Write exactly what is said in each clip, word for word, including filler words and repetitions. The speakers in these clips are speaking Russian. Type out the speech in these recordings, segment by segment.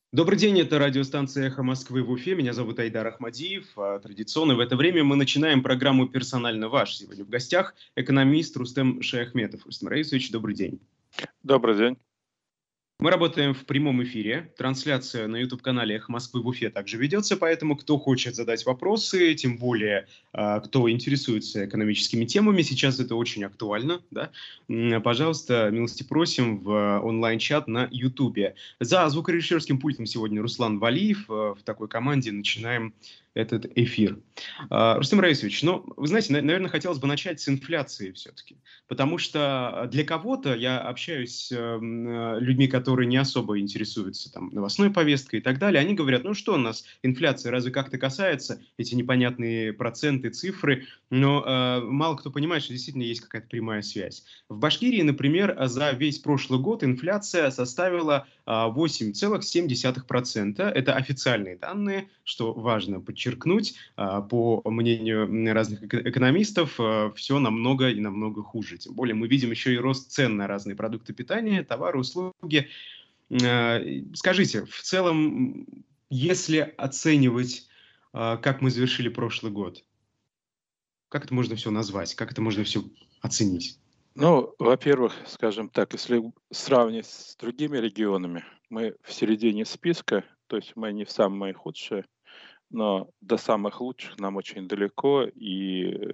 Добрый день, это радиостанция «Эхо Москвы» в Уфе. Меня зовут Айдар Ахмадиев. А, Традиционно в это время мы начинаем программу «Персонально ваш». Сегодня в гостях экономист Рустем Шаяхметов. Рустем Раисович, добрый день. Добрый день. Мы работаем в прямом эфире. Трансляция на YouTube-канале «Эхо Москвы» в Уфе также ведется, поэтому кто хочет задать вопросы, тем более а, кто интересуется экономическими темами, сейчас это очень актуально, да? М, Пожалуйста, милости просим в а, онлайн-чат на YouTube. За звукорежиссерским пультом сегодня Руслан Валиев. А, В такой команде начинаем этот эфир. А, Рустем Раисович, ну, вы знаете, на- наверное, хотелось бы начать с инфляции все-таки. Потому что для кого-то я общаюсь с эм, э, людьми, которые не особо интересуются там, новостной повесткой и так далее. Они говорят, ну что у нас, инфляция разве как-то касается, эти непонятные проценты, цифры. Но э, мало кто понимает, что действительно есть какая-то прямая связь. В Башкирии, например, за весь прошлый год инфляция составила а, восемь целых семь десятых процента. Это официальные данные, что важно подчеркнуть. А, По мнению м, разных эко- экономистов, все намного и намного хуже. Тем более мы видим еще и рост цен на разные продукты питания, товары, услуги. Э, Скажите, в целом, м, если оценивать, а, как мы завершили прошлый год, как это можно все назвать, как это можно все оценить? Ну, во-первых, скажем так, если сравнить с другими регионами, мы в середине списка, то есть мы не самые худшие, но до самых лучших нам очень далеко, и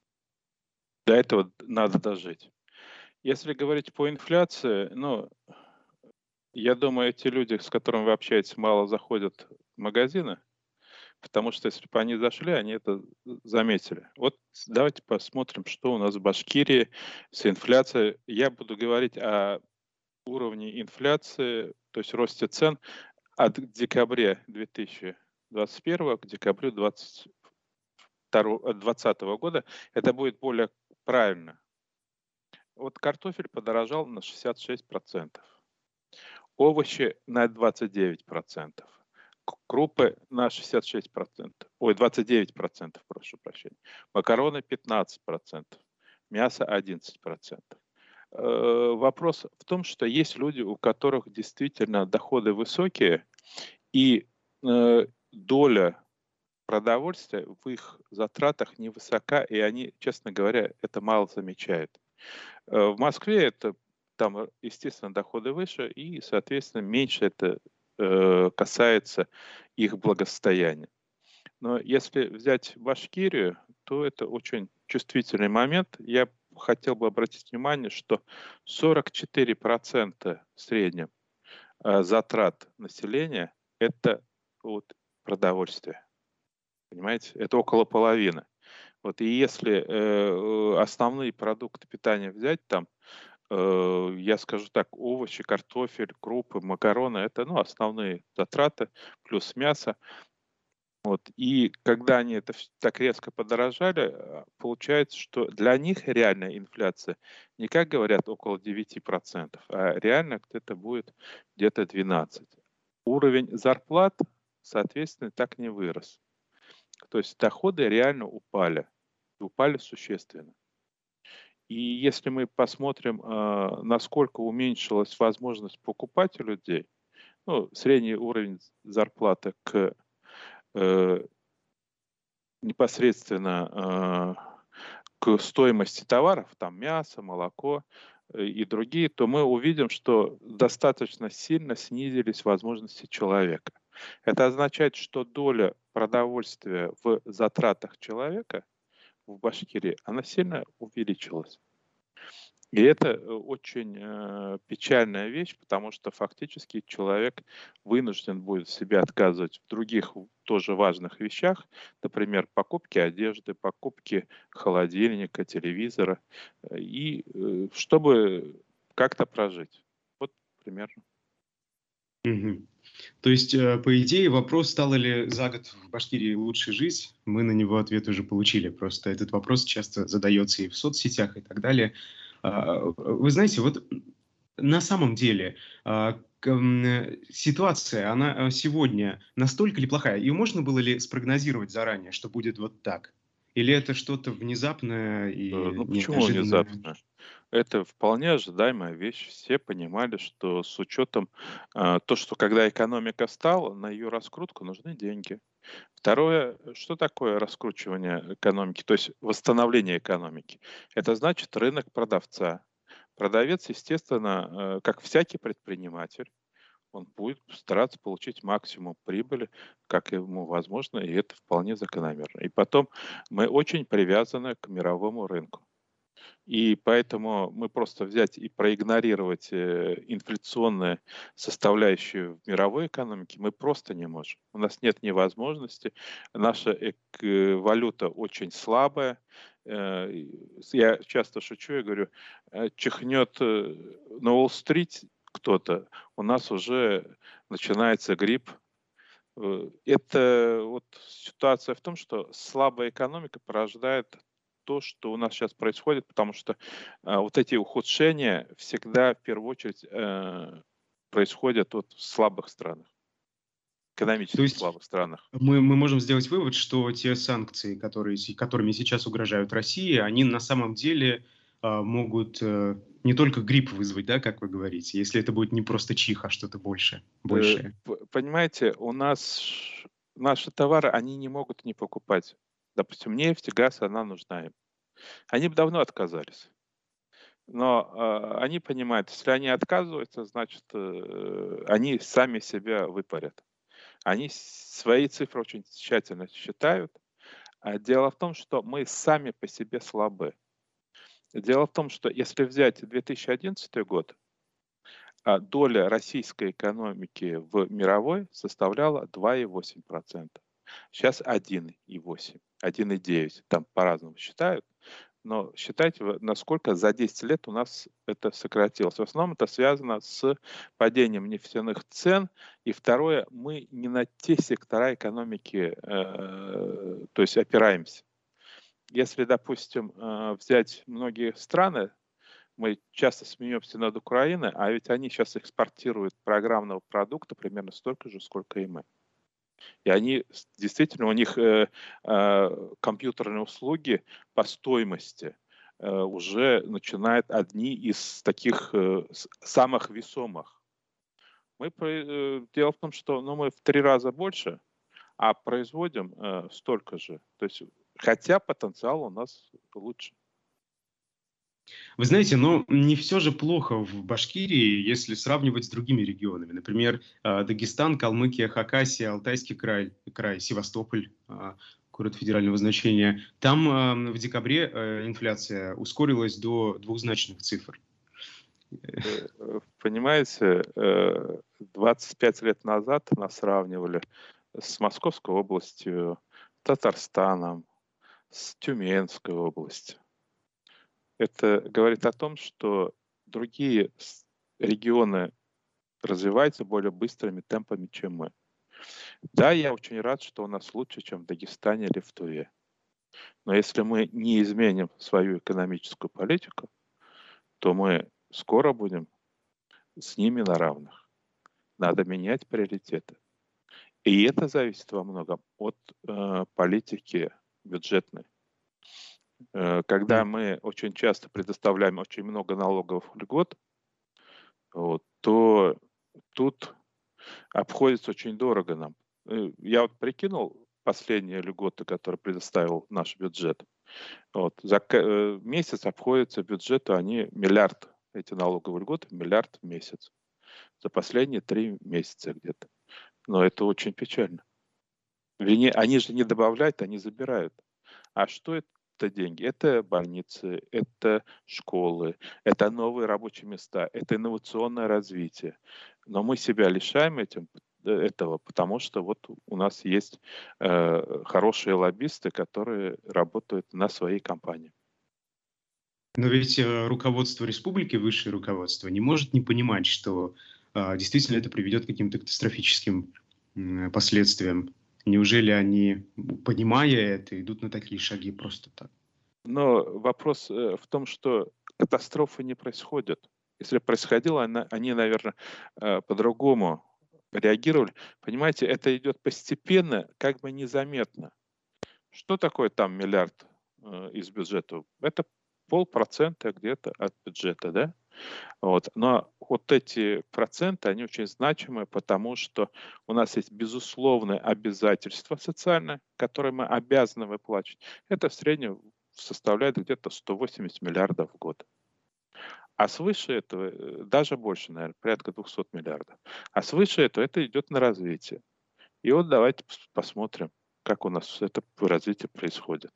до этого надо дожить. Если говорить по инфляции, ну, я думаю, эти люди, с которыми вы общаетесь, мало заходят в магазины, потому что если бы они зашли, они это заметили. Вот давайте посмотрим, что у нас в Башкирии с инфляцией. Я буду говорить о уровне инфляции, то есть росте цен от декабря две тысячи двадцать первого к декабрю двадцать второго, двадцатого года. Это будет более правильно. Вот картофель подорожал на шестьдесят шесть процентов, овощи на двадцать девять процентов, к- крупы на шестьдесят шесть процентов, ой, двадцать девять процентов, прошу прощения, макароны пятнадцать процентов, мясо одиннадцать процентов. Э, Вопрос в том, что есть люди, у которых действительно доходы высокие, и э, доля продовольствия в их затратах невысока, и они, честно говоря, это мало замечают. Э, В Москве это там, э, естественно, доходы выше, и, соответственно, меньше это э, касается их благосостояния. Но если взять Башкирию, то это очень чувствительный момент. Я хотел бы обратить внимание, что сорок четыре процента в среднем э, затрат населения – это вот продовольствие. Понимаете? Это около половины. Вот и если э, основные продукты питания взять, там, э, я скажу так, овощи, картофель, крупы, макароны, это, ну, основные затраты, плюс мясо. Вот. И когда они это вс- так резко подорожали, а, получается, что для них реальная инфляция не, как говорят, около девяти процентов, а реально где-то будет где-то двенадцать процентов. Уровень зарплат, соответственно, так не вырос. То есть доходы реально упали, упали существенно. И если мы посмотрим, а, насколько уменьшилась возможность покупать у людей, ну, средний уровень зарплаты к э, непосредственно а, к стоимости товаров, там мясо, молоко э, и другие, то мы увидим, что достаточно сильно снизились возможности человека. Это означает, что доля продовольствия в затратах человека в Башкирии, она сильно увеличилась. И это э, очень э, печальная вещь, потому что фактически человек вынужден будет себе отказывать в других в- тоже важных вещах, например, покупки одежды, покупки холодильника, телевизора, э, и э, чтобы как-то прожить. Вот примерно. Мгм. То есть, э, по идее, вопрос, стало ли за год в Башкирии лучше жить, мы на него ответ уже получили. Просто этот вопрос часто задается и в соцсетях и так далее. А, Вы знаете, вот на самом деле а, к- м, э, ситуация, она а, сегодня настолько ли плохая? Ее можно было ли спрогнозировать заранее, что будет вот так? Или это что-то внезапное Э, и Ну почему неожиданное? внезапно? Это вполне ожидаемая вещь. Все понимали, что с учетом а, то, что когда экономика стала, на ее раскрутку нужны деньги. Второе, э, что такое раскручивание экономики, то есть восстановление экономики? Это значит рынок продавца. Продавец, естественно, э, как всякий предприниматель, он будет стараться получить максимум прибыли, как ему возможно, и это вполне закономерно. И потом мы очень привязаны к мировому рынку. И поэтому мы просто взять и проигнорировать э, инфляционную составляющую в мировой экономике мы просто не можем. У нас нет ни возможности. Наша эк- э, валюта очень слабая. Э, и с- Я часто шучу и говорю, э, чихнет э, на Уолл-стрит кто-то, у нас уже начинается грипп. Э, Это вот ситуация в том, что слабая экономика порождает то, что у нас сейчас происходит, потому что а, вот эти ухудшения всегда в первую очередь э, происходят вот в слабых странах, То экономически есть слабых странах. мы, мы можем сделать вывод, что те санкции, которые, се- которыми сейчас угрожают России, они на самом деле а, могут э, не только грипп вызвать, да, как вы говорите, если это будет не просто чих, а что-то больше, Э, большее. п- Понимаете, у нас ш- наши товары, они не могут не покупать. Допустим, нефть, газ, она нужна им. Они бы давно отказались. Но а, они понимают, если они отказываются, значит, э, они сами себя выпарят. Они с- свои цифры очень тщательно считают. А дело в том, что мы сами по себе слабы. Дело в том, что если взять две тысячи одиннадцатый год, а доля российской экономики в мировой составляла два и восемь десятых процента. Сейчас один и восемь десятых, один и девять десятых, там по-разному считают. Но считайте, вы, насколько за десять лет у нас это сократилось. В основном это связано с падением нефтяных цен. И второе, мы не на те сектора экономики, э, то есть опираемся. Если, допустим, э, взять многие страны, мы часто смеемся над Украиной, а ведь они сейчас экспортируют программного продукта примерно столько же, сколько и мы. И они с- действительно, у них э, э, компьютерные услуги по стоимости э, уже начинают одни из таких э, с- самых весомых. Мы, про- э, дело в том, что ну, мы в три раза больше, а производим э, столько же. То есть, хотя потенциал у нас лучше. Вы знаете, но не все же плохо в Башкирии, если сравнивать с другими регионами. Например, а, Дагестан, Калмыкия, Хакасия, Алтайский край, край Севастополь, а, город федерального значения. Там а, в декабре э, инфляция ускорилась до двухзначных цифр. Э, э, Понимаете, э, двадцать пять лет назад нас сравнивали с Московской областью, Татарстаном, с Тюменской областью. Это говорит о том, что другие с- регионы развиваются более быстрыми темпами, чем мы. Да, я очень рад, что у нас лучше, чем в Дагестане или в Туве. Но если мы не изменим свою экономическую политику, то мы скоро будем с ними на равных. Надо менять приоритеты. И это зависит во многом от э, политики бюджетной. Э, когда М. мы очень часто предоставляем очень много налоговых льгот, вот, то тут обходится очень дорого нам. Э, Я вот прикинул последние льготы, которые предоставил наш бюджет. Вот, за к- э, месяц обходится бюджету они миллиард, эти налоговые льготы, миллиард в месяц. За последние три месяца где-то. Но это очень печально. Вернее, они же не добавляют, они забирают. А что это деньги? Это больницы, это школы, это новые рабочие места, это инновационное развитие. Но мы себя лишаем этим, э, этого, потому что вот у нас есть э, хорошие лоббисты, которые работают на своей компании. Но ведь э, руководство республики, высшее руководство, не может не понимать, что а, действительно это приведет к каким-то катастрофическим м, последствиям. Неужели они, понимая это, идут на такие шаги просто так? Но вопрос э, в том, что катастрофы не происходят. Если происходило, она- они, наверное, э, по-другому реагировали. Понимаете, это идет постепенно, как бы незаметно. Что такое там миллиард э, из бюджета? Это полпроцента где-то от бюджета, да? Вот. Но вот эти проценты, они очень значимые, потому что у нас есть безусловное обязательство социальное, которое мы обязаны выплачивать. Это в среднем составляет где-то сто восемьдесят миллиардов в год. А свыше этого, э, даже больше, наверное, порядка двести миллиардов. А свыше этого это идет на развитие. И вот давайте пос- посмотрим, как у нас это развитие происходит.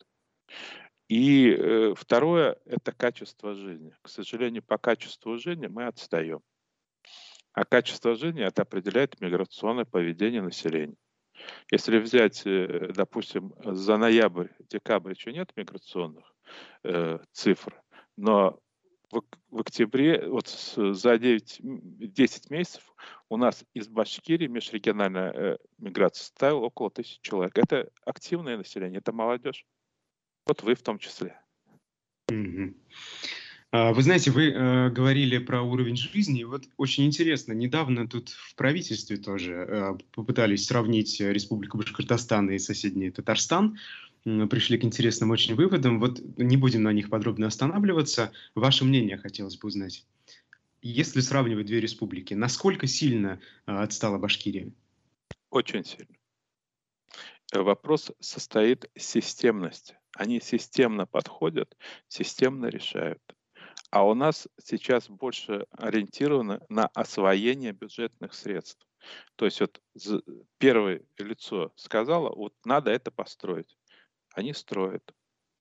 И э, второе– это качество жизни. К сожалению, по качеству жизни мы отстаем. А качество жизни это определяет миграционное поведение населения. Если взять, э, допустим, за ноябрь, декабрь еще нет миграционных э, цифр, но в, ок- в октябре, вот с- за девять, м, десять месяцев у нас из Башкирии межрегиональная э, миграция составила около тысячи человек. Это активное население, это молодежь. Вот вы в том числе. Мгм. А, Вы знаете, вы э, говорили про уровень жизни. И вот очень интересно, недавно тут в правительстве тоже э, попытались сравнить э, Республику Башкортостан и соседний Татарстан. М, Пришли к интересным очень выводам. Вот не будем на них подробно останавливаться. Ваше мнение хотелось бы узнать. Если сравнивать две республики, насколько сильно э, отстала Башкирия? Очень сильно. Э, Вопрос состоит в системности. Они системно подходят, системно решают. А у нас сейчас больше ориентировано на освоение бюджетных средств. То есть вот з- первое лицо сказало, вот надо это построить. Они строят.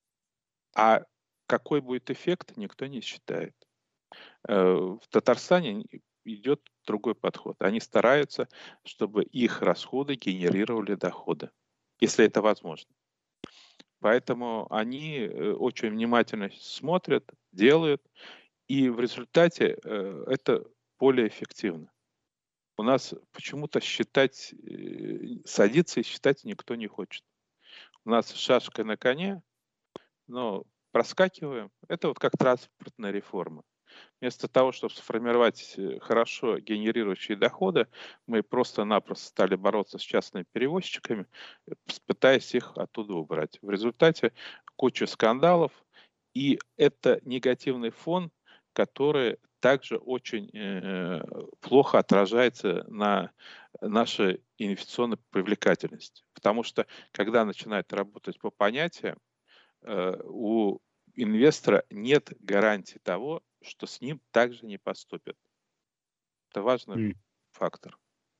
А какой будет эффект, никто не считает. Э, В Татарстане идет другой подход. Они стараются, чтобы их расходы генерировали доходы, если это возможно. Поэтому они э, очень внимательно смотрят, делают, и в результате э, это более эффективно. У нас почему-то считать, э, садиться и считать никто не хочет. У нас шашка на коне, но проскакиваем. Это вот как транспортная реформа. Вместо того, чтобы сформировать э, хорошо генерирующие доходы, мы просто-напросто стали бороться с частными перевозчиками, э, с- пытаясь их оттуда убрать. В результате куча скандалов, и это негативный фон, который также очень э, плохо отражается на нашей инвестиционной привлекательности. Потому что когда начинает работать по понятиям, э, у инвестора нет гарантии того, что с ним также не поступят. Это важный фактор.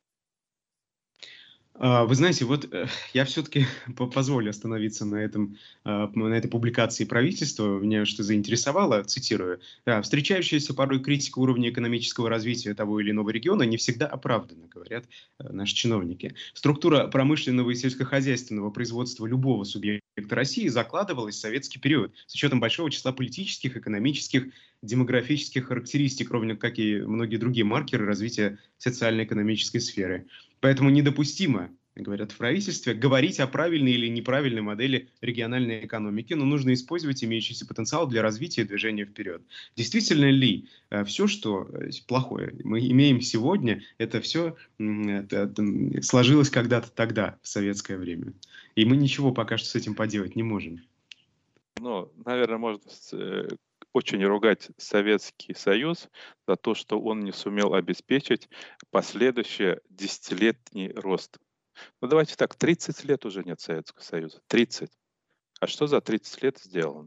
А, Вы знаете, вот э, я все-таки позволю остановиться на этом, а, на этой публикации правительства. Меня что заинтересовало, цитирую: «Да, встречающаяся порой критика уровня экономического развития того или иного региона не всегда оправдана», говорят э, наши чиновники. Структура промышленного и сельскохозяйственного производства любого субъекта России закладывалась в советский период с учетом большого числа политических, экономических, демографических характеристик, ровно как и многие другие маркеры развития социально-экономической сферы. Поэтому недопустимо, говорят в правительстве, говорить о правильной или неправильной модели региональной экономики, но нужно использовать имеющийся потенциал для развития и движения вперед. Действительно ли э, все, что э, плохое мы имеем сегодня, это все м, это, это, м, сложилось когда-то тогда, в советское время? И мы ничего пока что с этим поделать не можем. Ну, наверное, можно с- э, очень ругать Советский Союз за то, что он не сумел обеспечить последующий десятилетний рост. Ну, давайте так, тридцать лет уже нет Советского Союза. тридцать. А что за тридцать лет сделано?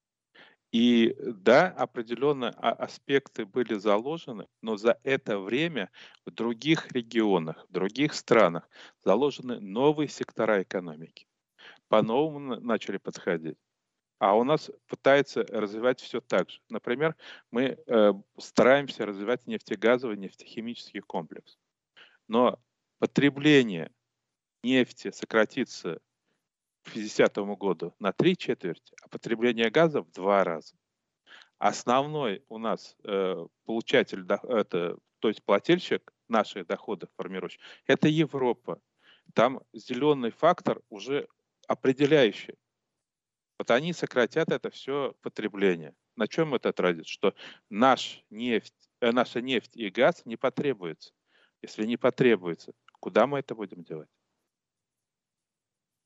И да, определенно а- аспекты были заложены, но за это время в других регионах, в других странах заложены новые сектора экономики. По-новому на- начали подходить. А у нас пытается развивать все так же. Например, мы э, стараемся развивать нефтегазовый, нефтехимический комплекс. Но потребление нефти сократится к пятидесятому году на три четверти, а потребление газа в два раза. Основной у нас э, получатель, до- это, то есть плательщик наших доходов формирующих, это Европа. Там зеленый фактор уже определяющий. Вот они сократят это все потребление. На чем это отразится? Что наш нефть, э, наша нефть и газ не потребуется. Если не потребуется, куда мы это будем делать?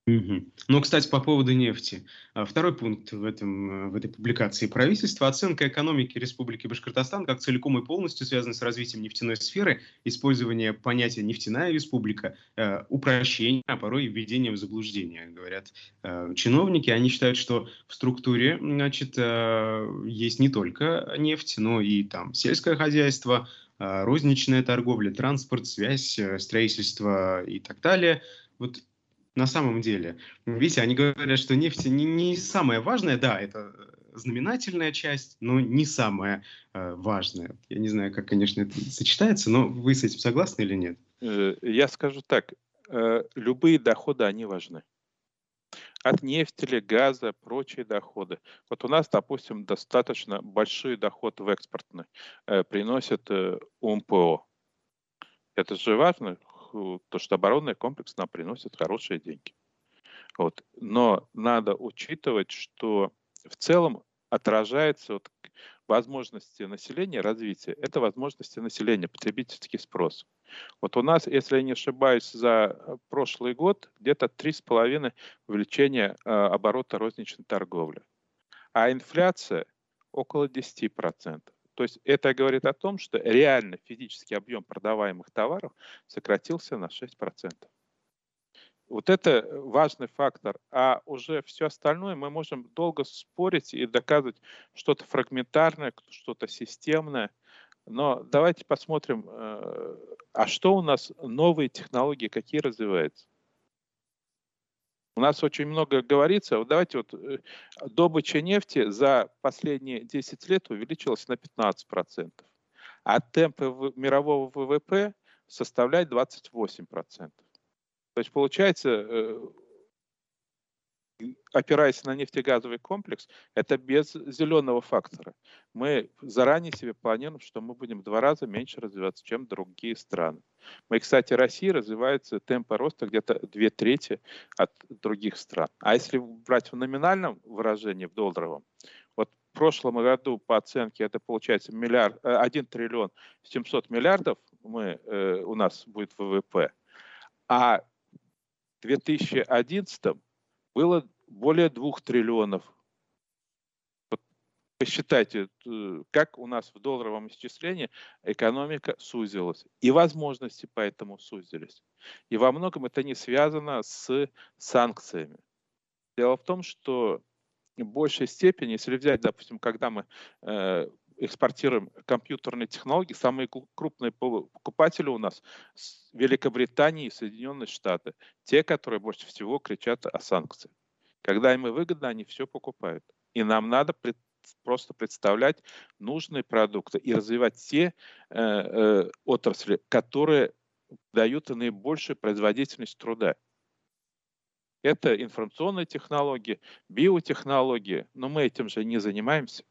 Мгм. Ну, кстати, по поводу нефти. А, Второй пункт в этом, э, в этой публикации правительства — оценка экономики Республики Башкортостан как целиком и полностью связана с развитием нефтяной сферы, использование понятия «нефтяная республика», э, упрощение, а порой и введение в заблуждение, говорят э, чиновники. Они считают, что в структуре, значит, э, есть не только нефть, но и там сельское хозяйство, э, розничная торговля, транспорт, связь, э, строительство и так далее. Вот на самом деле, видите, они говорят, что нефть не, не самая важная, да, это э, знаменательная часть, но не самая э, важная. Я не знаю, как, конечно, это сочетается, но вы с этим согласны или нет? Э, Я скажу так, э, любые доходы, они важны. От нефти или газа, прочие доходы. Вот у нас, допустим, достаточно большой доход в экспортный э, приносит э, УМПО. Это же важно, ху- то, что оборонный комплекс нам приносит хорошие деньги. Вот. Но надо учитывать, что в целом отражается вот к- возможности населения, развития, это возможности населения, потребительский спрос. Вот у нас, если я не ошибаюсь, за э, прошлый год где-то три с половиной увеличения э, оборота розничной торговли, а инфляция около десяти процентов. То есть это говорит о том, что реально физический объем продаваемых товаров сократился на шесть процентов. Вот это э, важный фактор. А уже все остальное мы можем долго спорить и доказывать что-то фрагментарное, что-то системное. Но давайте посмотрим, э, а что у нас новые технологии, какие развиваются. У нас очень много говорится. Вот давайте вот э, добыча нефти за последние десять лет увеличилась на пятнадцать процентов, а темпы в- мирового ВВП составляют двадцать восемь процентов. То есть получается, э, опираясь на нефтегазовый комплекс, это без зеленого фактора. Мы заранее себе планируем, что мы будем в два раза меньше развиваться, чем другие страны. Мы, кстати, Россия развивается, темпы роста где-то две трети от других стран. А если брать в номинальном выражении, в долларовом, вот в прошлом году по оценке это получается миллиард, э, один триллион семьсот миллиардов мы, э, у нас будет ВВП, а в две тысячи одиннадцатом было более двух триллионов. Посчитайте, э, как у нас в долларовом исчислении экономика сузилась, и возможности поэтому сузились. И во многом это не связано с санкциями. Дело в том, что в большей степени, если взять, допустим, когда мы э, экспортируем компьютерные технологии, самые крупные покупатели у нас с Великобритания и Соединенные Штаты, те, которые больше всего кричат о санкциях. Когда им выгодно, они все покупают. И нам надо пред, просто представлять нужные продукты и развивать те э, э, отрасли, которые дают наибольшую производительность труда. Это информационные технологии, биотехнологии, но мы этим же не занимаемся.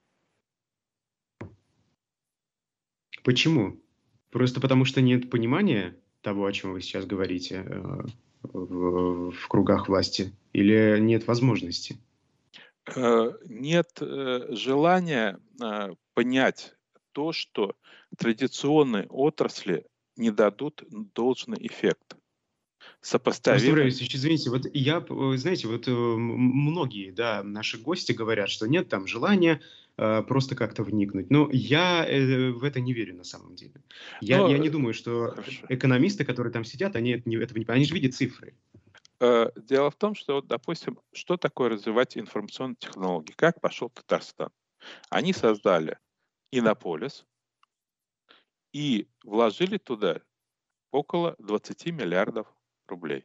Почему? Просто потому что нет понимания того, о чем вы сейчас говорите, э, в, в кругах власти, или нет возможности? Э, Нет э, желания э, понять то, что традиционные отрасли не дадут должный эффект, Рустам сопоставимый. Раисович, извините, вот я, э, знаете, вот э, м- многие, да, наши гости говорят, что нет там желания э, просто как-то вникнуть. Но я э, в это не верю на самом деле. Я, Но я не э, думаю, что хорошо. экономисты, которые там сидят, они это не, этого не понимают. Они же видят цифры. Э, Дело в том, что, вот, допустим, что такое развивать информационные технологии? Как пошел Татарстан? Они создали Иннополис и вложили туда около двадцати миллиардов рублей.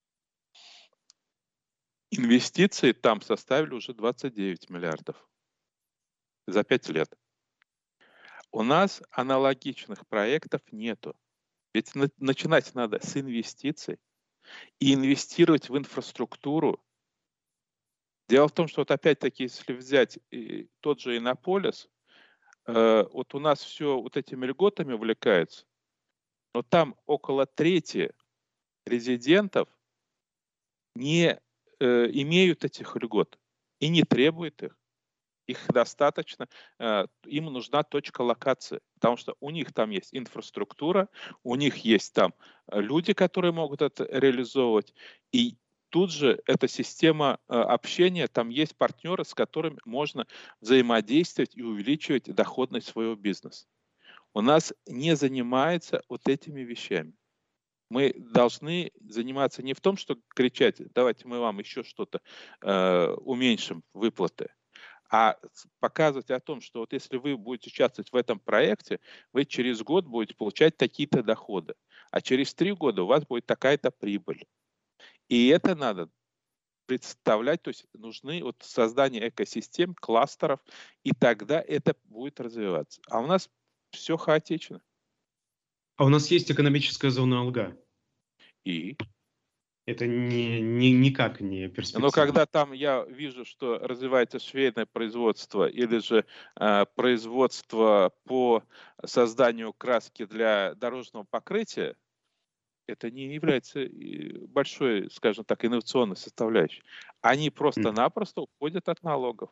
Инвестиции там составили уже двадцать девять миллиардов за пять лет. У нас аналогичных проектов нету. Ведь на- начинать надо с инвестиций и инвестировать в инфраструктуру. Дело в том, что вот опять-таки, если взять и тот же Иннополис, э, вот у нас все вот этими льготами увлекается, но там около трети резидентов не э, имеют этих льгот и не требуют их. Их достаточно, э, им нужна точка локации, потому что у них там есть инфраструктура, у них есть там э, люди, которые могут это реализовывать, и тут же эта система э, общения, там есть партнеры, с которыми можно взаимодействовать и увеличивать доходность своего бизнеса. У нас не занимается вот этими вещами. Мы должны заниматься не в том, что кричать, давайте мы вам еще что-то э, уменьшим выплаты, а показывать о том, что вот если вы будете участвовать в этом проекте, вы через год будете получать такие-то доходы, а через три года у вас будет такая-то прибыль. И это надо представлять, то есть нужны вот создание экосистем, кластеров, и тогда это будет развиваться. А у нас все хаотично. А у нас есть экономическая зона Алга. И Это не, не, никак не Но перспективно. когда там я вижу, что развивается швейное производство или же э, производство по созданию краски для дорожного покрытия, это не является и большой, скажем так, инновационной составляющей. Они просто-напросто уходят от налогов.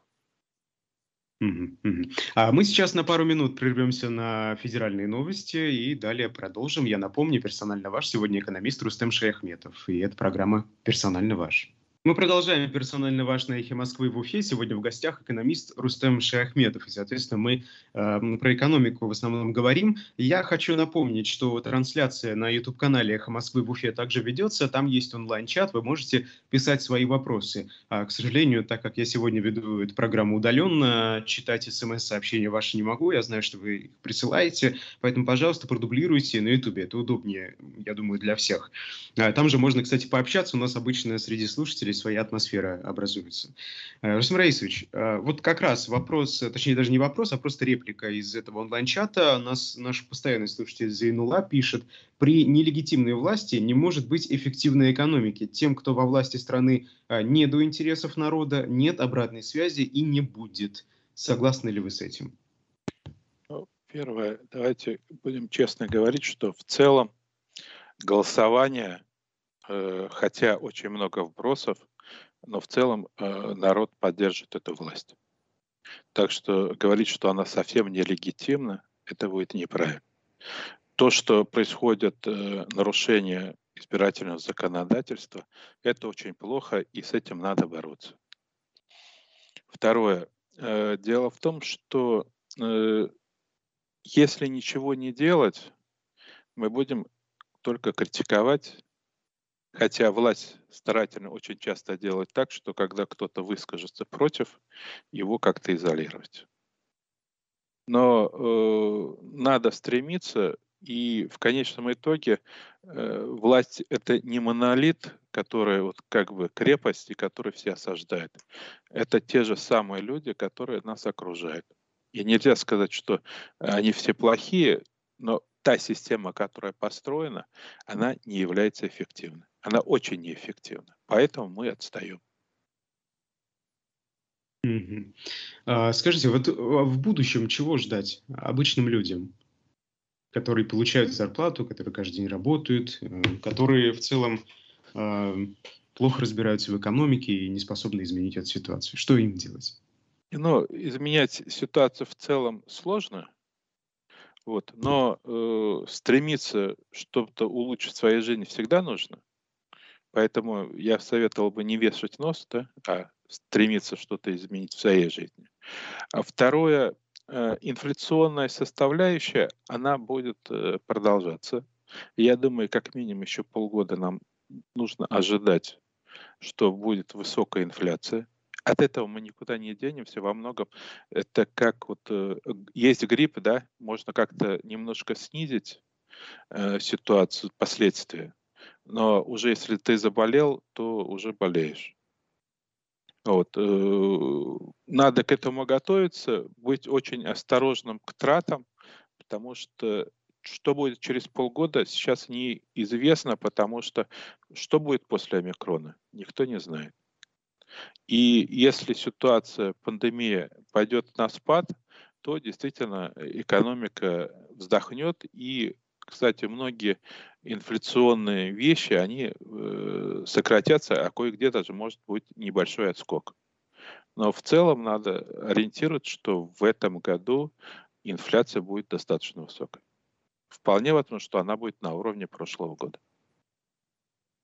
Мгм, мгм. А мы сейчас на пару минут прервемся на федеральные новости и далее продолжим. Я напомню, персонально ваш сегодня экономист Рустем Шаяхметов, и это программа «Персонально ваш». Мы продолжаем «Персонально ваш» на «Эхе Москвы» в Уфе. Сегодня в гостях экономист Рустем Шаяхметов. И, соответственно, мы э, про экономику в основном говорим. Я хочу напомнить, что трансляция на YouTube-канале «Эхо Москвы» в Уфе также ведется. Там есть онлайн-чат, вы можете писать свои вопросы. А, к сожалению, так как я сегодня веду эту программу удаленно, читать смс-сообщения ваши не могу. Я знаю, что вы их присылаете. Поэтому, пожалуйста, продублируйте на YouTube. Это удобнее, я думаю, для всех. А, там же можно, кстати, пообщаться. У нас обычно среди слушателей своя атмосфера образуется. Рустем Раисович, вот как раз вопрос, точнее даже не вопрос, а просто реплика из этого онлайн-чата. Нас наш постоянный слушатель Зейнула пишет: при нелегитимной власти не может быть эффективной экономики. Тем, кто во власти страны, не до интересов народа, нет обратной связи и не будет. Согласны ли вы с этим? Ну, первое, давайте будем честно говорить, что в целом голосование, э, хотя очень много вбросов, но в целом э, народ поддержит эту власть. Так что говорить, что она совсем нелегитимна, это будет неправильно. То, что происходит э, нарушение избирательного законодательства, это очень плохо, и с этим надо бороться. Второе. Э, дело в том, что э, если ничего не делать, мы будем только критиковать, хотя власть старательно очень часто делает так, что когда кто-то выскажется против, его как-то изолировать. Но э, надо стремиться, и в конечном итоге э, власть — это не монолит, который вот как бы крепость, и который все осаждают. Это те же самые люди, которые нас окружают. И нельзя сказать, что они все плохие, но та система, которая построена, она не является эффективной. Она очень неэффективна. Поэтому мы отстаем. Мгм. А, скажите, вот а, в будущем чего ждать обычным людям, которые получают зарплату, которые каждый день работают, э, которые в целом э, плохо разбираются в экономике и не способны изменить эту ситуацию? Что им делать? Но изменять ситуацию в целом сложно, вот, но э, стремиться что-то улучшить в своей жизни всегда нужно. Поэтому я советовал бы не вешать нос, да, а стремиться что-то изменить в своей жизни. А второе, э, инфляционная составляющая, она будет э, продолжаться. Я думаю, как минимум еще полгода нам нужно ожидать, что будет высокая инфляция. От этого мы никуда не денемся. Во многом это как вот э, есть грипп, да, можно как-то немножко снизить э, ситуацию, последствия. Но уже если ты заболел, то уже болеешь. Вот. э, Надо к этому готовиться, быть очень осторожным к тратам, потому что что будет через полгода, сейчас неизвестно, потому что что будет после омикрона, никто не знает. И если ситуация, пандемия пойдет на спад, то действительно экономика вздохнет. И, кстати, многие инфляционные вещи, они э, сократятся, а кое-где даже может быть небольшой отскок. Но в целом надо ориентироваться, что в этом году инфляция будет достаточно высокой. Вполне возможно, что она будет на уровне прошлого года.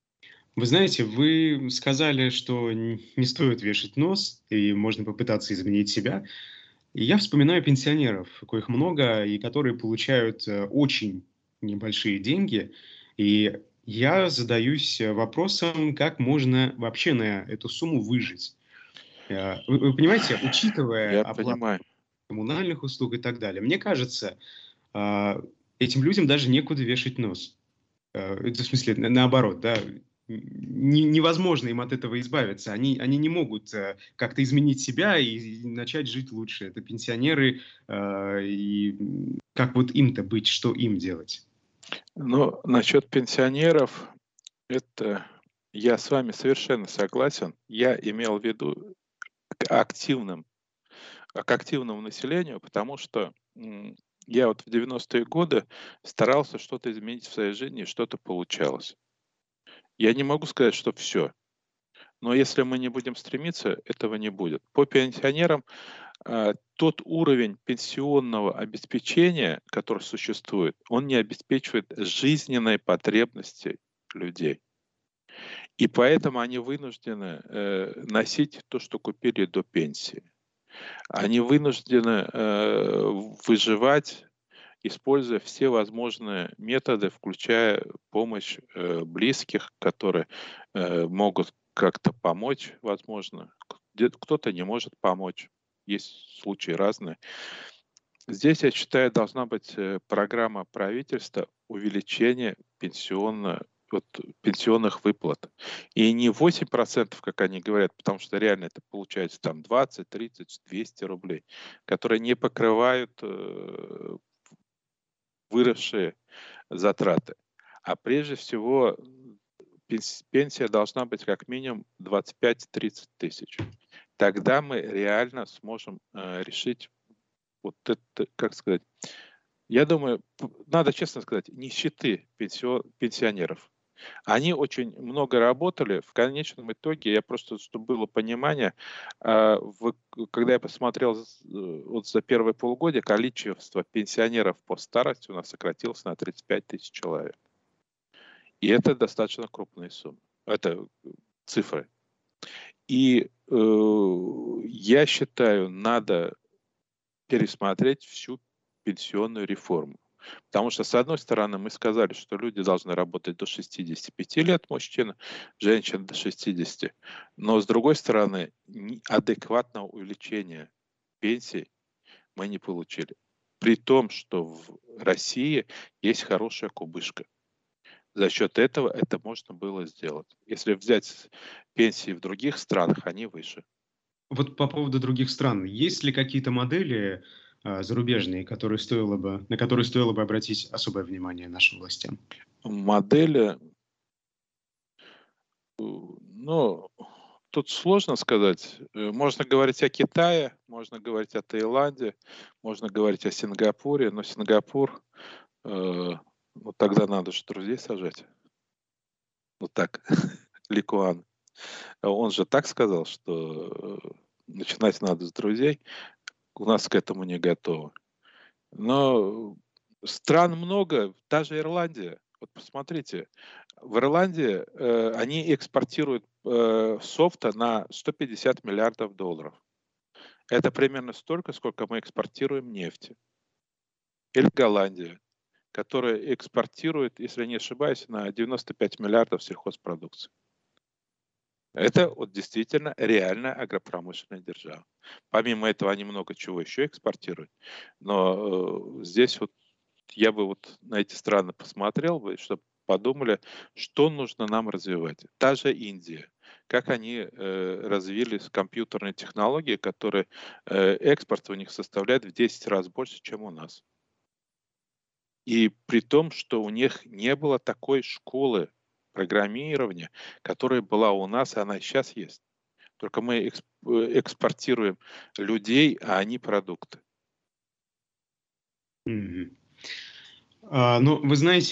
Вы знаете, вы сказали, что н- не стоит вешать нос, и можно попытаться изменить себя. И я вспоминаю пенсионеров, коих много, и которые получают э, очень небольшие деньги. И я задаюсь э, вопросом, как можно вообще на эту сумму выжить. Э, Вы, вы понимаете, учитывая Я оплату понимаю. коммунальных услуг и так далее, мне кажется, а, этим людям даже некуда вешать нос. Э, это в смысле, на наоборот, да, не невозможно им от этого избавиться. Они они не могут, э, как-то изменить себя и и начать жить лучше. Это пенсионеры, э, и, м, как вот им-то быть, что им делать? Но насчет пенсионеров, это я с вами совершенно согласен. Я имел в виду к активным, а, к активному населению, потому что м, я вот в девяностые годы старался что-то изменить в своей жизни, и что-то получалось. Я не могу сказать, что все, но если мы не будем стремиться, этого не будет. По пенсионерам а, тот уровень пенсионного обеспечения, который существует, он не обеспечивает жизненные потребности людей. И поэтому они вынуждены э, носить то, что купили до пенсии. Они вынуждены э, выживать, используя все возможные методы, включая помощь э, близких, которые э, могут как-то помочь, возможно. Где- Кто-то не может помочь. Есть случаи разные. Здесь, я считаю, должна быть э, программа правительства увеличения пенсионно, вот, пенсионных выплат. И не восемь процентов, как они говорят, потому что реально это получается там двадцать, тридцать, двести рублей, которые не покрывают э, выросшие затраты. А прежде всего пенс- пенсия должна быть как минимум двадцать пять-тридцать тысяч. Тогда мы реально сможем э, решить вот это, как сказать, я думаю, п- надо честно сказать, нищеты пенсио- пенсионеров. Они очень много работали. В конечном итоге, я просто, чтобы было понимание, а, в- когда я посмотрел з- э, вот за первые полгода, количество пенсионеров по старости у нас сократилось на тридцать пять тысяч человек. И это достаточно крупные суммы. Это э, цифры. И э, я считаю, надо пересмотреть всю пенсионную реформу. Потому что, с одной стороны, мы сказали, что люди должны работать до шестидесяти пяти лет, мужчина, женщина до шестидесяти. Но, с другой стороны, ни- адекватного увеличения пенсий мы не получили. При том, что в России есть хорошая кубышка. За счет этого это можно было сделать. Если взять пенсии в других странах, они выше. Вот по поводу других стран. Есть ли какие-то модели, а, зарубежные, которые стоило бы на которые стоило бы обратить особое внимание нашим властям? Модели, э, ну, тут сложно сказать. Э, Можно говорить о Китае, можно говорить о Таиланде, можно говорить о Сингапуре, но Сингапур, э, ну тогда надо же друзей сажать. Вот так, Ли Куан. Он же так сказал, что э, начинать надо с друзей. У нас к этому не готовы. Но стран много, даже Ирландия. Вот посмотрите, в Ирландии э, они экспортируют э, софта на сто пятьдесят миллиардов долларов. Это примерно столько, сколько мы экспортируем нефти. Или Голландия, которая экспортирует, если я не ошибаюсь, на девяносто пять миллиардов сельхозпродукции. Это вот действительно реальная агропромышленная держава. Помимо этого, они много чего еще экспортируют. Но э, здесь вот я бы вот на эти страны посмотрел бы, чтобы подумали, что нужно нам развивать. Та же Индия. Как они э, развили компьютерные технологии, которые э, экспорт у них составляет в десять раз больше, чем у нас. И при том, что у них не было такой школы программирования, которая была у нас, и она и сейчас есть. Только мы эксп- э, экспортируем людей, а они продукты. Мгм. А, ну, вы знаете,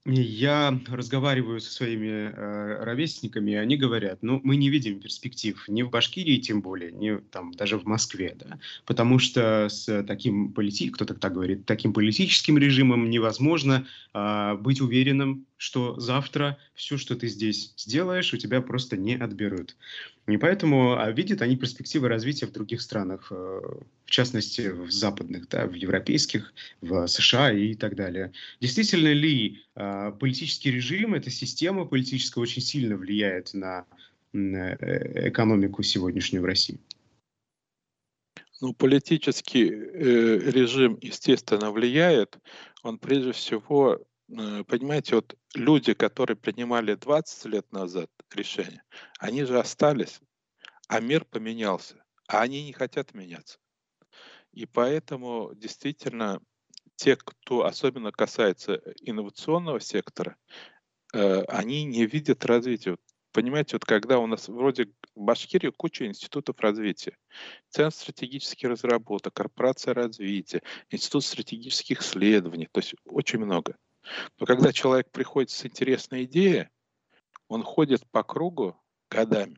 Я разговариваю со своими э, ровесниками, и они говорят: ну, мы не видим перспектив ни в Башкирии, тем более, ни там даже в Москве, да, потому что с таким полити... кто-то так говорит, таким политическим режимом невозможно а, быть уверенным, что завтра все, что ты здесь сделаешь, у тебя просто не отберут. И поэтому а, видят они перспективы развития в других странах, э, в частности, в западных, да, в европейских, в США и так далее. Действительно ли а, политический режим, эта система политическая очень сильно влияет на м, э, экономику сегодняшнюю в России? Ну, политический э, режим, естественно, влияет. Он прежде всего, э, понимаете, вот люди, которые принимали двадцать лет назад решения, они же остались, а мир поменялся, а они не хотят меняться. И поэтому действительно те, кто особенно касается инновационного сектора, э, они не видят развития. Вот понимаете, вот когда у нас вроде в Башкирии куча институтов развития, Центр стратегических разработок, Корпорация развития, Институт стратегических исследований, то есть очень много. Но когда человек приходит с интересной идеей, он ходит по кругу годами.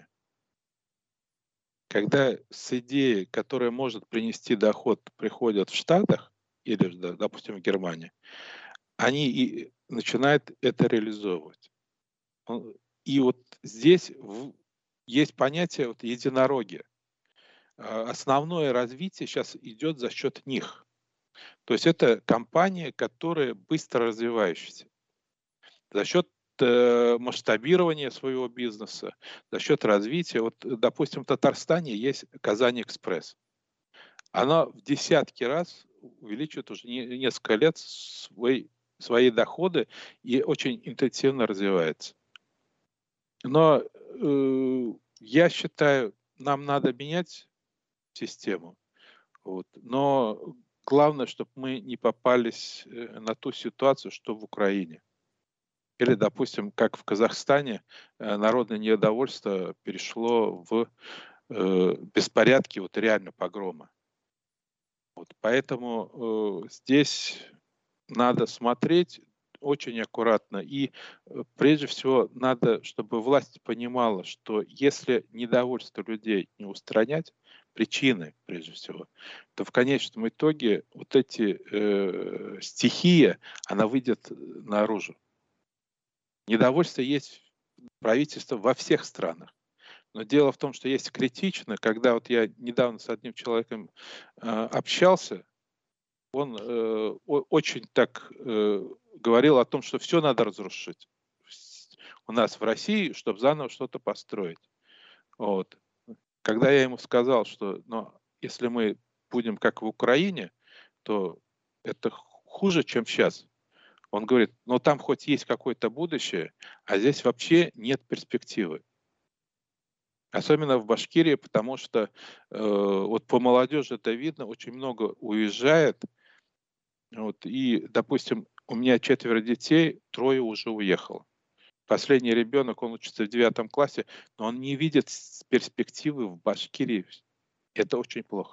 Когда с идеей, которая может принести доход, приходят в Штатах или, же, да, допустим, в Германии, они и начинают это реализовывать. Он- И вот здесь в- есть понятие вот единороги. А, Основное развитие сейчас идет за счет них. То есть это компании, которые быстро развивающиеся. За счет э, масштабирования своего бизнеса, за счет развития. Вот, э, допустим, в Татарстане есть Казань-Экспресс. Она в десятки раз увеличивает уже не- несколько лет свой, свои доходы и очень интенсивно развивается. Но э, я считаю, нам надо менять систему. Вот. Но главное, чтобы мы не попались э, на ту ситуацию, что в Украине. Или, допустим, как в Казахстане, э, народное недовольство перешло в э, беспорядки, вот реально погрома. Вот. Поэтому э, здесь надо смотреть очень аккуратно. И э, прежде всего надо, чтобы власть понимала, что если недовольство людей не устранять, причины прежде всего, то в конечном итоге вот эти э, стихия, она выйдет наружу. Недовольство есть правительство во всех странах. Но дело в том, что есть критично, когда вот я недавно с одним человеком э, общался, он э, о- очень так э, говорил о том, что все надо разрушить у нас в России, чтобы заново что-то построить. Вот. Когда я ему сказал, что ну, если мы будем как в Украине, то это хуже, чем сейчас. Он говорит, ну там хоть есть какое-то будущее, а здесь вообще нет перспективы. Особенно в Башкирии, потому что э, вот по молодежи это видно, очень много уезжает. Вот, и, допустим, у меня четверо детей, трое уже уехало. Последний ребенок, он учится в девятом классе, но он не видит с- перспективы в Башкирии. Это очень плохо.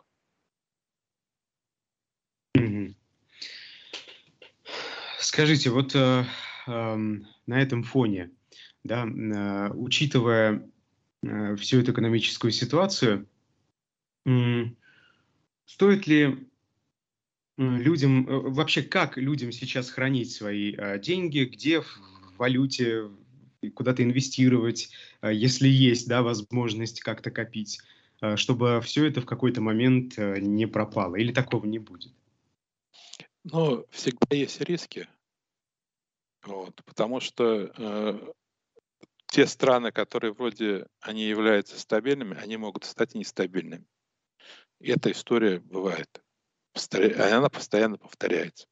Мгм. Скажите, вот э, ам, на этом фоне, да, м, э, учитывая э, всю эту экономическую ситуацию, м, стоит ли м, людям, э, вообще как людям сейчас хранить свои э, деньги, где в валюте, и куда-то инвестировать, э, если есть, да, возможность как-то копить, э, чтобы все это в какой-то момент э, не пропало, или такого не будет? Но всегда есть риски, вот, потому что э, те страны, которые вроде они являются стабильными, они могут стать нестабильными. И эта история бывает. Повторя- Она постоянно повторяется.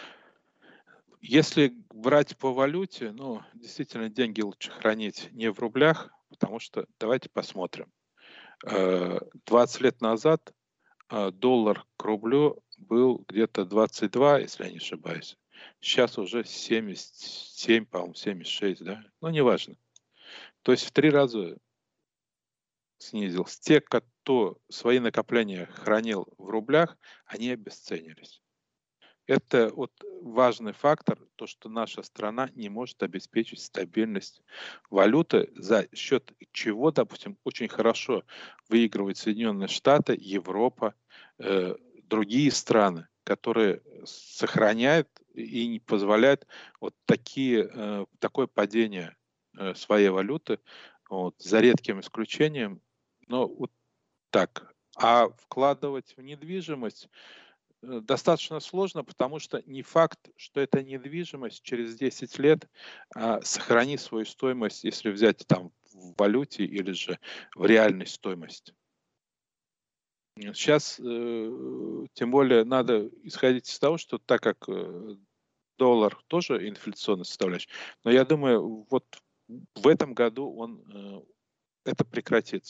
Если брать по валюте, ну, действительно, деньги лучше хранить не в рублях, потому что, давайте посмотрим. Э, двадцать лет назад э, доллар к рублю был где-то двадцать два, если я не ошибаюсь. Сейчас уже семьдесят семь, по-моему, семьдесят шесть, да? Ну, неважно. То есть в три раза снизился. Те, кто свои накопления хранил в рублях, они обесценились. Это вот важный фактор, то, что наша страна не может обеспечить стабильность валюты, за счет чего, допустим, очень хорошо выигрывают Соединенные Штаты, Европа, э, другие страны, которые сохраняют и не позволяют вот такие, э, такое падение э, своей валюты, вот, за редким исключением, но вот так. А вкладывать в недвижимость э, достаточно сложно, потому что не факт, что эта недвижимость через десять лет а, сохранит свою стоимость, если взять там в валюте или же в реальной стоимости. Сейчас, э, тем более, надо исходить из того, что так как э, доллар тоже инфляционная составляющая, но я думаю, вот в этом году он э, это прекратится.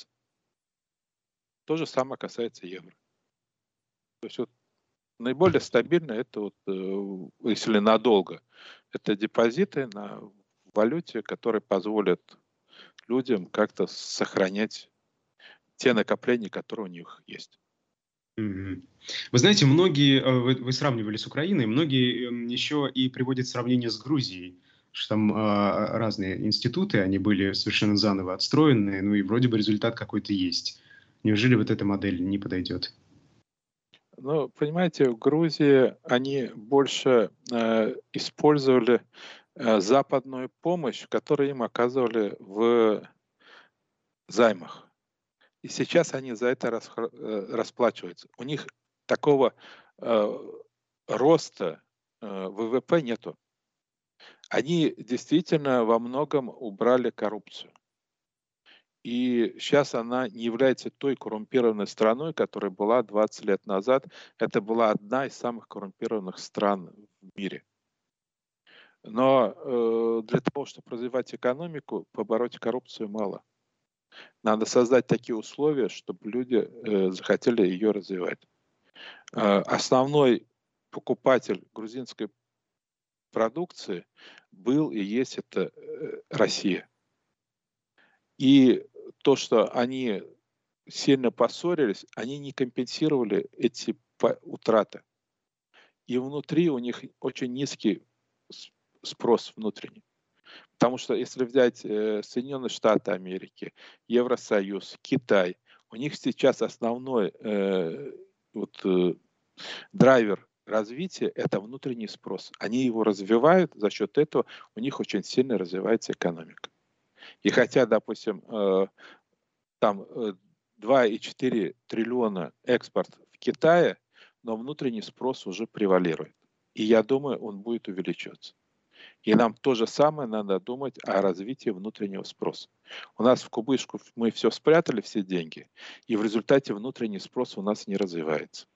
То же самое касается евро. То есть вот наиболее стабильно это вот, э, если надолго, это депозиты на валюте, которые позволят людям как-то сохранять те накопления, которые у них есть. Мгм. Вы знаете, многие, э, вы, вы сравнивали с Украиной, многие эм, еще и приводят сравнение с Грузией, что там а, разные институты, они были совершенно заново отстроены, ну и вроде бы результат какой-то есть. Неужели вот эта модель не подойдет? Ну, понимаете, в Грузии они больше э, использовали э, западную помощь, которую им оказывали в займах. И сейчас они за это расхра- э, расплачиваются. У них такого э, роста э, вэ вэ пэ нету. Они действительно во многом убрали коррупцию. И сейчас она не является той коррумпированной страной, которая была двадцать лет назад. Это была одна из самых коррумпированных стран в мире. Но э, для того, чтобы развивать экономику, побороть коррупцию мало. Надо создать такие условия, чтобы люди э, захотели ее развивать. Э, основной покупатель грузинской продукции был и есть это э, Россия. И то, что они сильно поссорились, они не компенсировали эти утраты. И внутри у них очень низкий спрос внутренний. Потому что если взять э, Соединенные Штаты Америки, Евросоюз, Китай, у них сейчас основной э, вот, э, драйвер развития – это внутренний спрос. Они его развивают, за счет этого у них очень сильно развивается экономика. И хотя, допустим, э, там э, два и четыре триллиона экспорт в Китае, но внутренний спрос уже превалирует. И я думаю, он будет увеличиваться. И нам то же самое надо думать о развитии внутреннего спроса. У нас в кубышку мы все спрятали, все деньги, и в результате внутренний спрос у нас не развивается.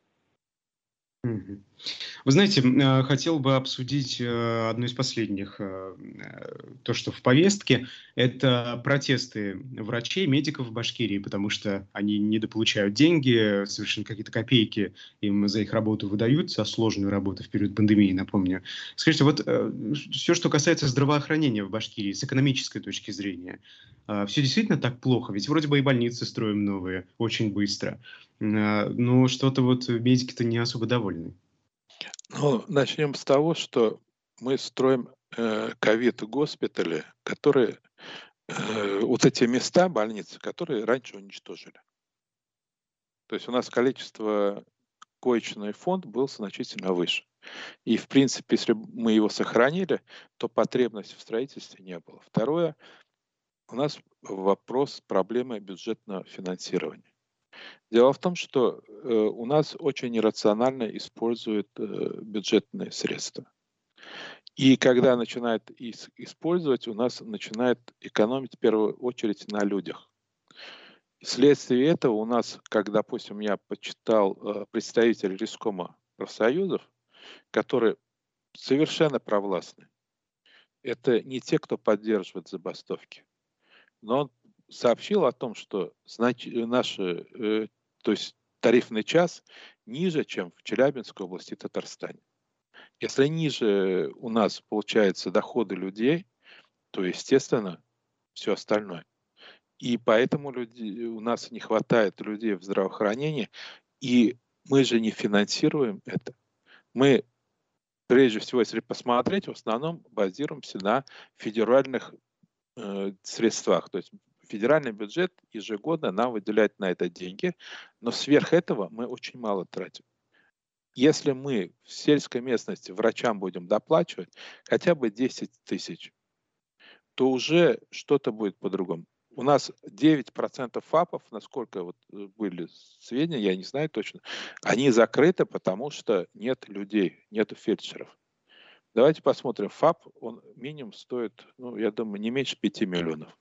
Мгм. Вы знаете, м, э, хотел бы обсудить э, одно из последних, э, э, то, что в повестке, это протесты врачей, медиков в Башкирии, потому что они недополучают деньги, совершенно какие-то копейки им за их работу выдаются, а сложную работу в период пандемии, напомню. Скажите, вот все, что касается здравоохранения в Башкирии с экономической точки зрения, все действительно так плохо? Ведь вроде бы и больницы строим новые очень быстро, э, но что-то вот медики-то не особо довольны. Ну, начнем с того, что мы строим э, ковид-госпитали, которые, э, вот эти места, больницы, которые раньше уничтожили. То есть у нас количество коечный фонд был значительно выше. И, в принципе, если бы мы его сохранили, то потребности в строительстве не было. Второе, у нас вопрос проблемы бюджетного финансирования. Дело в том, что э, у нас очень иррационально используют э, бюджетные средства. И когда начинают ис- использовать, у нас начинает экономить в первую очередь на людях. Вследствие этого у нас, как, допустим, я почитал э, представителей Рискома профсоюзов, которые совершенно провластны. Это не те, кто поддерживает забастовки. Но он сообщил о том, что знач... наши, э, то есть тарифный час ниже, чем в Челябинской области и Татарстане. Если ниже у нас получается доходы людей, то, естественно, все остальное. И поэтому люди, у нас не хватает людей в здравоохранении, и мы же не финансируем это. Мы прежде всего, если посмотреть, в основном базируемся на федеральных э, средствах. То есть федеральный бюджет ежегодно нам выделяет на это деньги, но сверх этого мы очень мало тратим. Если мы в сельской местности врачам будем доплачивать хотя бы десять тысяч, то уже что-то будет по-другому. У нас девять процентов ФАПов, насколько вот были сведения, я не знаю точно, они закрыты, потому что нет людей, нет фельдшеров. Давайте посмотрим. ФАП, он минимум стоит, ну, я думаю, не меньше пяти миллионов.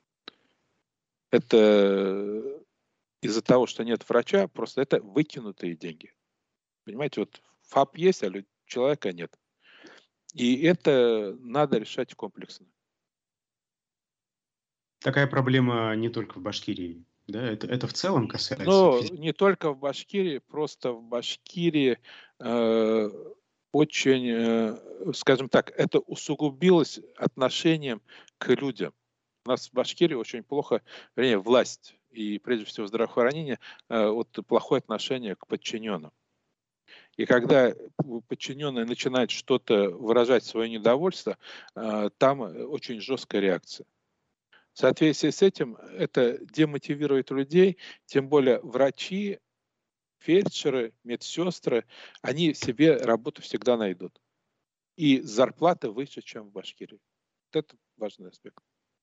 Это из-за того, что нет врача, просто это выкинутые деньги. Понимаете, вот ФАП есть, а человека нет. И это надо решать комплексно. Такая проблема не только в Башкирии, да? Это, это в целом касается... Но физи- не только в Башкирии, просто в Башкирии э, очень, э, скажем так, это усугубилось отношением к людям. У нас в Башкирии очень плохо, вернее, власть и прежде всего здравоохранение, э, вот плохое отношение к подчиненным. И когда подчиненные начинают что-то выражать свое недовольство, э, там очень жесткая реакция. В соответствии с этим это демотивирует людей, тем более врачи, фельдшеры, медсестры, они себе работу всегда найдут. И зарплата выше, чем в Башкирии. Вот это важный аспект.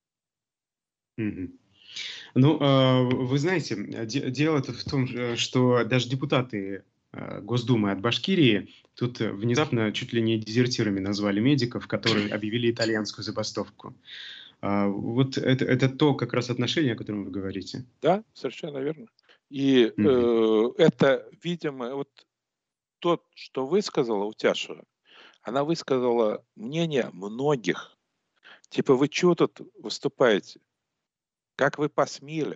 Мгм. Ну, а, вы знаете, де- дело-то в том, э, что даже депутаты э, Госдумы от Башкирии тут э, внезапно чуть ли не дезертирами назвали медиков, которые объявили итальянскую забастовку. А, Вот это, это то как раз отношение, о котором вы говорите. Да, совершенно верно. И Мгм. э, это, видимо, вот то, что высказала Утяшева, она высказала мнение многих. Типа, вы чего тут выступаете? Как вы посмели?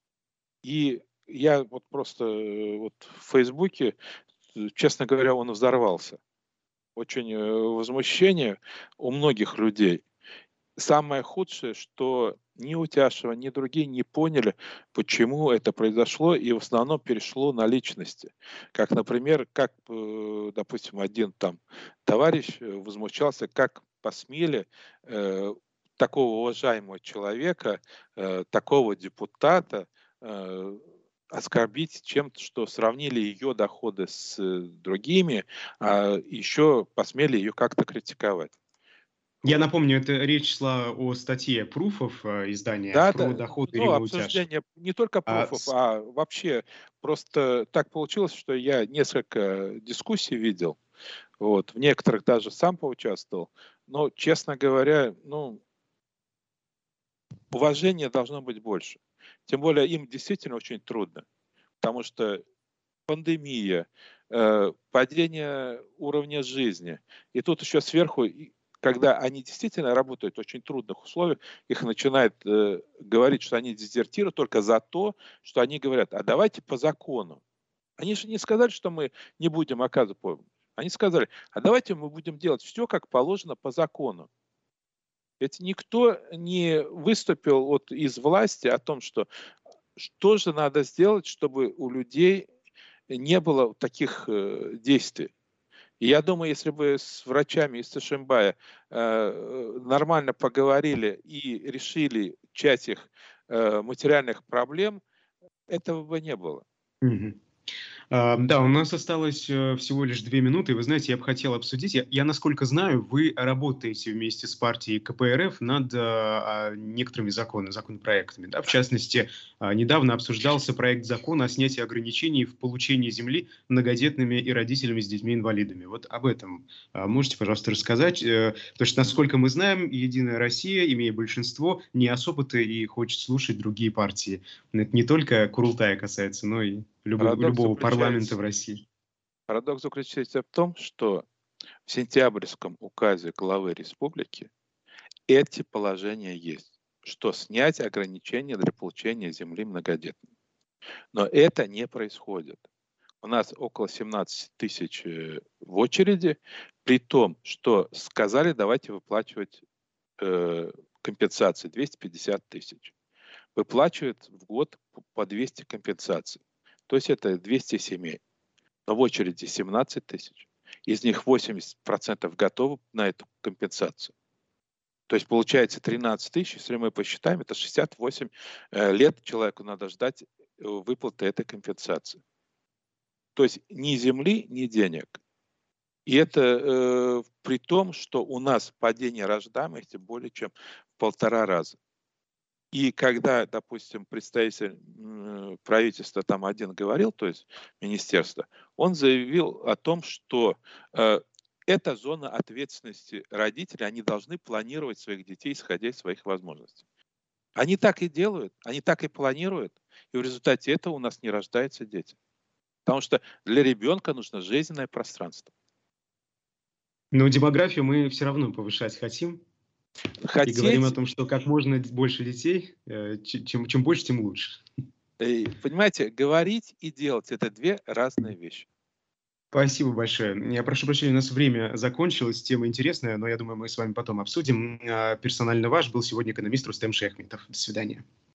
И я вот просто э, вот в Фейсбуке, э, честно говоря, он взорвался. Очень э, возмущение у многих людей. Самое худшее, что ни Утяшева, ни другие не поняли, почему это произошло, и в основном перешло на личности. Как, например, как, э, допустим, один там товарищ э, возмущался, как посмели э, такого уважаемого человека, э, такого депутата э, оскорбить чем-то, что сравнили ее доходы с э, другими, а еще посмели ее как-то критиковать. Я Вот. напомню, это речь шла о статье Пруфов э, издания Да, про да, доходы ну, Римы Утяшевой. обсуждение не только А пруфов, а вообще просто так получилось, что я несколько дискуссий видел, вот, в некоторых даже сам поучаствовал, но, честно говоря, ну, уважения должно быть больше. Тем более им действительно очень трудно, потому что пандемия, э, падение уровня жизни. И тут еще сверху, и когда они действительно работают в очень трудных условиях, их начинают э, говорить, что они дезертиры только за то, что они говорят, а давайте по закону. Они же не сказали, что мы не будем оказывать помощь. Они сказали, а давайте мы будем делать все, как положено по закону. Ведь никто не выступил вот из власти о том, что что же надо сделать, чтобы у людей не было таких э, действий. И я думаю, если бы с врачами из Тышимбая э, нормально поговорили и решили часть их э, материальных проблем, этого бы не было. Мгм. А, Да, у нас осталось э, всего лишь две минуты. Вы знаете, я бы хотел обсудить. Я, я, насколько знаю, вы работаете вместе с партией ка пэ эр эф над а, некоторыми законами, законопроектами. Да? В частности, а, недавно обсуждался проект закона о снятии ограничений в получении земли многодетными и родителями с детьми-инвалидами. Вот об этом а, можете, пожалуйста, рассказать? Э, Потому что, насколько мы знаем, Единая Россия, имея большинство, не особо-то и хочет слушать другие партии. Это не только Курултая касается, но и любого, Парадокс любого парламента заключается, в России. парадокс заключается в том, что в сентябрьском указе главы республики эти положения есть, что снять ограничения для получения земли многодетным. Но это не происходит. У нас около семнадцать тысяч э, в очереди, при том, что сказали, давайте выплачивать э, компенсации двести пятьдесят тысяч. Выплачивают в год по двести компенсаций. То есть это двести семей. Но в очереди семнадцать тысяч. из них восемьдесят процентов готовы на эту компенсацию. То есть получается тринадцать тысяч, если мы посчитаем, это шестьдесят восемь э, лет человеку надо ждать э, выплаты этой компенсации. То есть ни земли, ни денег. И это э, при том, что у нас падение рождаемости более чем в полтора раза. И когда, допустим, представитель м, правительства там один говорил, то есть министерство, он заявил о том, что э, это зона ответственности родителей, они должны планировать своих детей, исходя из своих возможностей. Они так и делают, они так и планируют, и в результате этого у нас не рождаются дети. Потому что для ребенка нужно жизненное пространство. Но демографию мы все равно повышать хотим. И говорим о Хотеть, том, что как можно д- больше детей, э, ч- чем, чем больше, тем лучше. э, понимаете, говорить и делать — это две разные вещи. Спасибо большое. Я прошу прощения, у нас время закончилось, тема интересная, но я думаю, мы с вами потом обсудим. А, Персонально ваш был сегодня экономист Рустем Шехметов. До свидания.